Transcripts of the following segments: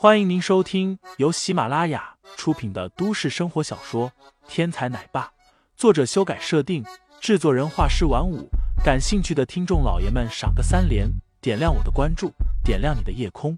欢迎您收听由喜马拉雅出品的都市生活小说《天才奶爸》，作者修改设定，制作人画师晚舞。感兴趣的听众老爷们赏个3连，点亮我的关注，点亮你的夜空。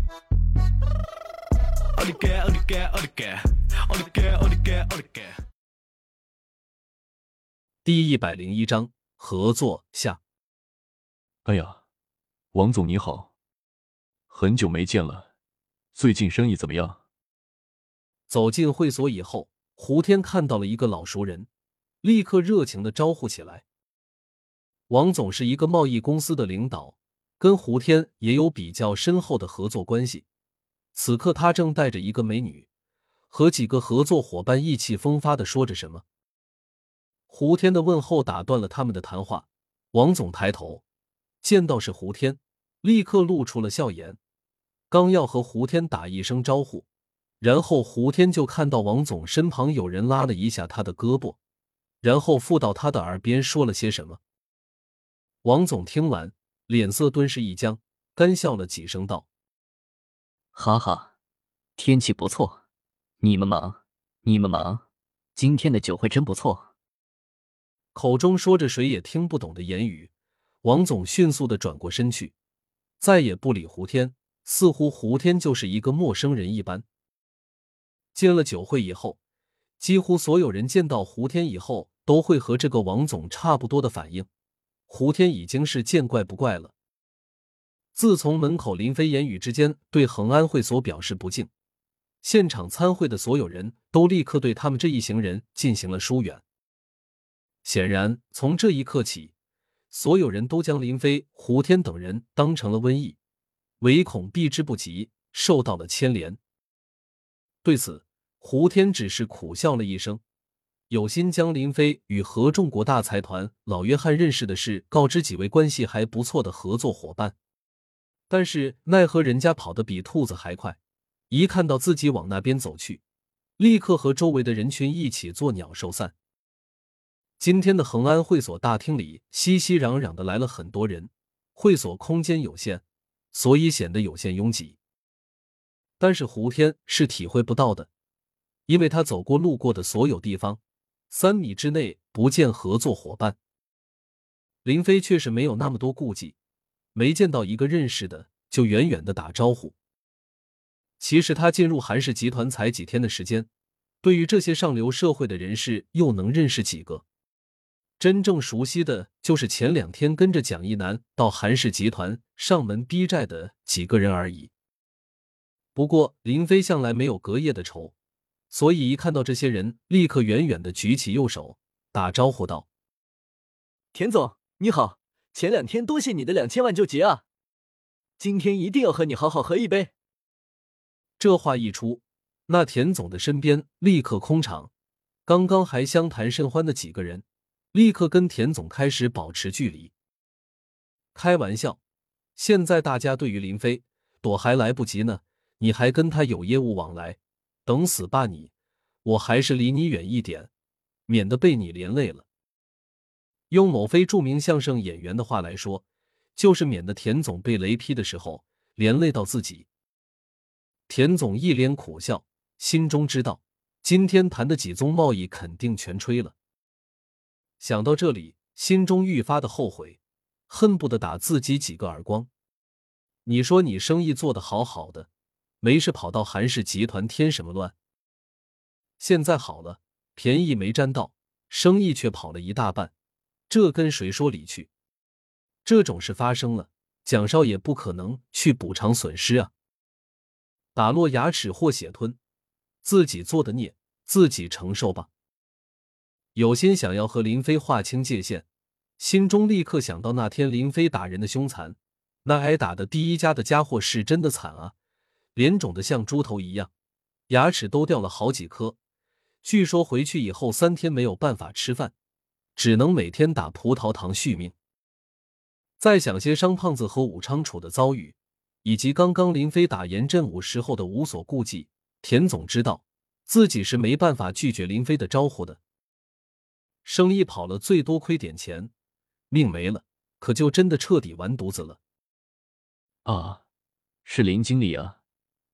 第101章合作下。 哎呀，王总你好，很久没见了，最近生意怎么样？ 走进会所以后，胡天看到了一个老熟人，立刻热情地招呼起来。王总是一个贸易公司的领导，跟胡天也有比较深厚的合作关系。此刻他正带着一个美女，和几个合作伙伴意气风发地说着什么。胡天的问候打断了他们的谈话，王总抬头见到是胡天，立刻露出了笑颜，刚要和胡天打一声招呼，然后胡天就看到王总身旁有人拉了一下他的胳膊，然后附到他的耳边说了些什么。王总听完，脸色顿时一僵，干笑了几声道： 哈哈，天气不错，你们忙，今天的酒会真不错。 口中说着谁也听不懂的言语，王总迅速地转过身去，再也不理胡天，似乎胡天就是一个陌生人一般。进了酒会以后，几乎所有人见到胡天以后都会和这个王总差不多的反应，胡天已经是见怪不怪了。自从门口林飞言语之间对恒安会所表示不敬，现场参会的所有人都立刻对他们这一行人进行了疏远。显然从这一刻起，所有人都将林飞、胡天等人当成了瘟疫，唯恐避之不及，受到了牵连。对此，胡天只是苦笑了一声，有心将林飞与合众国大财团老约翰认识的事告知几位关系还不错的合作伙伴，但是奈何人家跑得比兔子还快，一看到自己往那边走去，立刻和周围的人群一起作鸟兽散。今天的恒安会所大厅里熙熙攘攘的来了很多人，会所空间有限，所以显得有些拥挤。但是胡天是体会不到的，因为他走过路过的所有地方，3米之内不见合作伙伴。林飞却是没有那么多顾忌，没见到一个认识的就远远的打招呼。其实他进入韩氏集团才几天的时间，对于这些上流社会的人士又能认识几个？真正熟悉的就是前2天跟着蒋一南到韩氏集团上门逼债的几个人而已。不过林飞向来没有隔夜的仇，所以一看到这些人，立刻远远的举起右手打招呼道： 田总你好，前2天多谢你的2000万救急啊，今天一定要和你好好喝一杯。 这话一出，那田总的身边立刻空场，刚刚还相谈甚欢的几个人立刻跟田总开始保持距离。开玩笑，现在大家对于林飞躲还来不及呢，你还跟他有业务往来，等死吧你，我还是离你远一点，免得被你连累了。用某非著名相声演员的话来说，就是免得田总被雷劈的时候连累到自己。田总一脸苦笑，心中知道今天谈的几宗贸易肯定全吹了。想到这里，心中愈发的后悔，恨不得打自己几个耳光。你说你生意做得好好的，没事跑到韩氏集团添什么乱？现在好了，便宜没占到，生意却跑了一大半，这跟谁说理去？这种事发生了，蒋少也不可能去补偿损失啊。打落牙齿或血吞，自己做的孽，自己承受吧。有心想要和林飞划清界限，心中立刻想到那天林飞打人的凶残，那挨打的第一家的家伙是真的惨啊，脸肿得像猪头一样，牙齿都掉了好几颗，据说回去以后3天没有办法吃饭，只能每天打葡萄糖续命。再想些商胖子和武昌楚的遭遇，以及刚刚林飞打严振武时候的无所顾忌，田总知道自己是没办法拒绝林飞的招呼的。生意跑了最多亏点钱，命没了，可就真的彻底完犊子了。 啊，是林经理啊，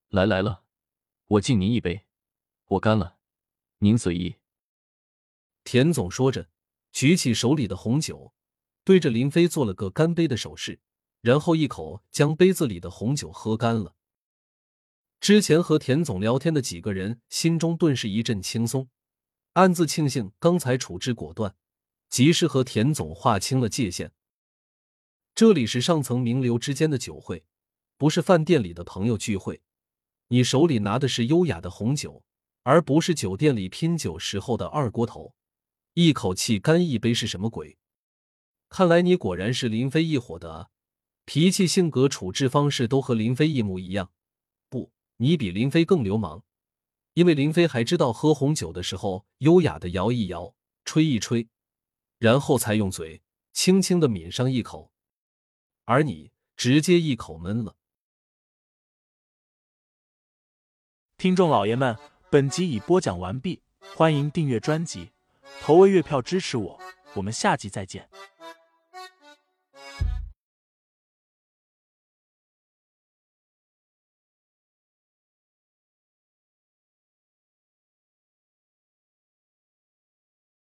来了，我敬您一杯，我干了，您随意。 田总说着，举起手里的红酒，对着林飞做了个干杯的手势，然后一口将杯子里的红酒喝干了。之前和田总聊天的几个人心中顿时一阵轻松，暗自庆幸刚才处置果断，及时和田总划清了界限。这里是上层名流之间的酒会，不是饭店里的朋友聚会。你手里拿的是优雅的红酒，而不是酒店里拼酒时候的二锅头。一口气干一杯是什么鬼？看来你果然是林飞一伙的啊，脾气、性格、处置方式都和林飞一模一样。不，你比林飞更流氓，因为林飞还知道喝红酒的时候优雅的摇一摇，吹一吹，然后才用嘴轻轻的抿上一口，而你直接一口闷了。 听众老爷们，本集已播讲完毕，欢迎订阅专辑，投喂月票支持我，我们下集再见。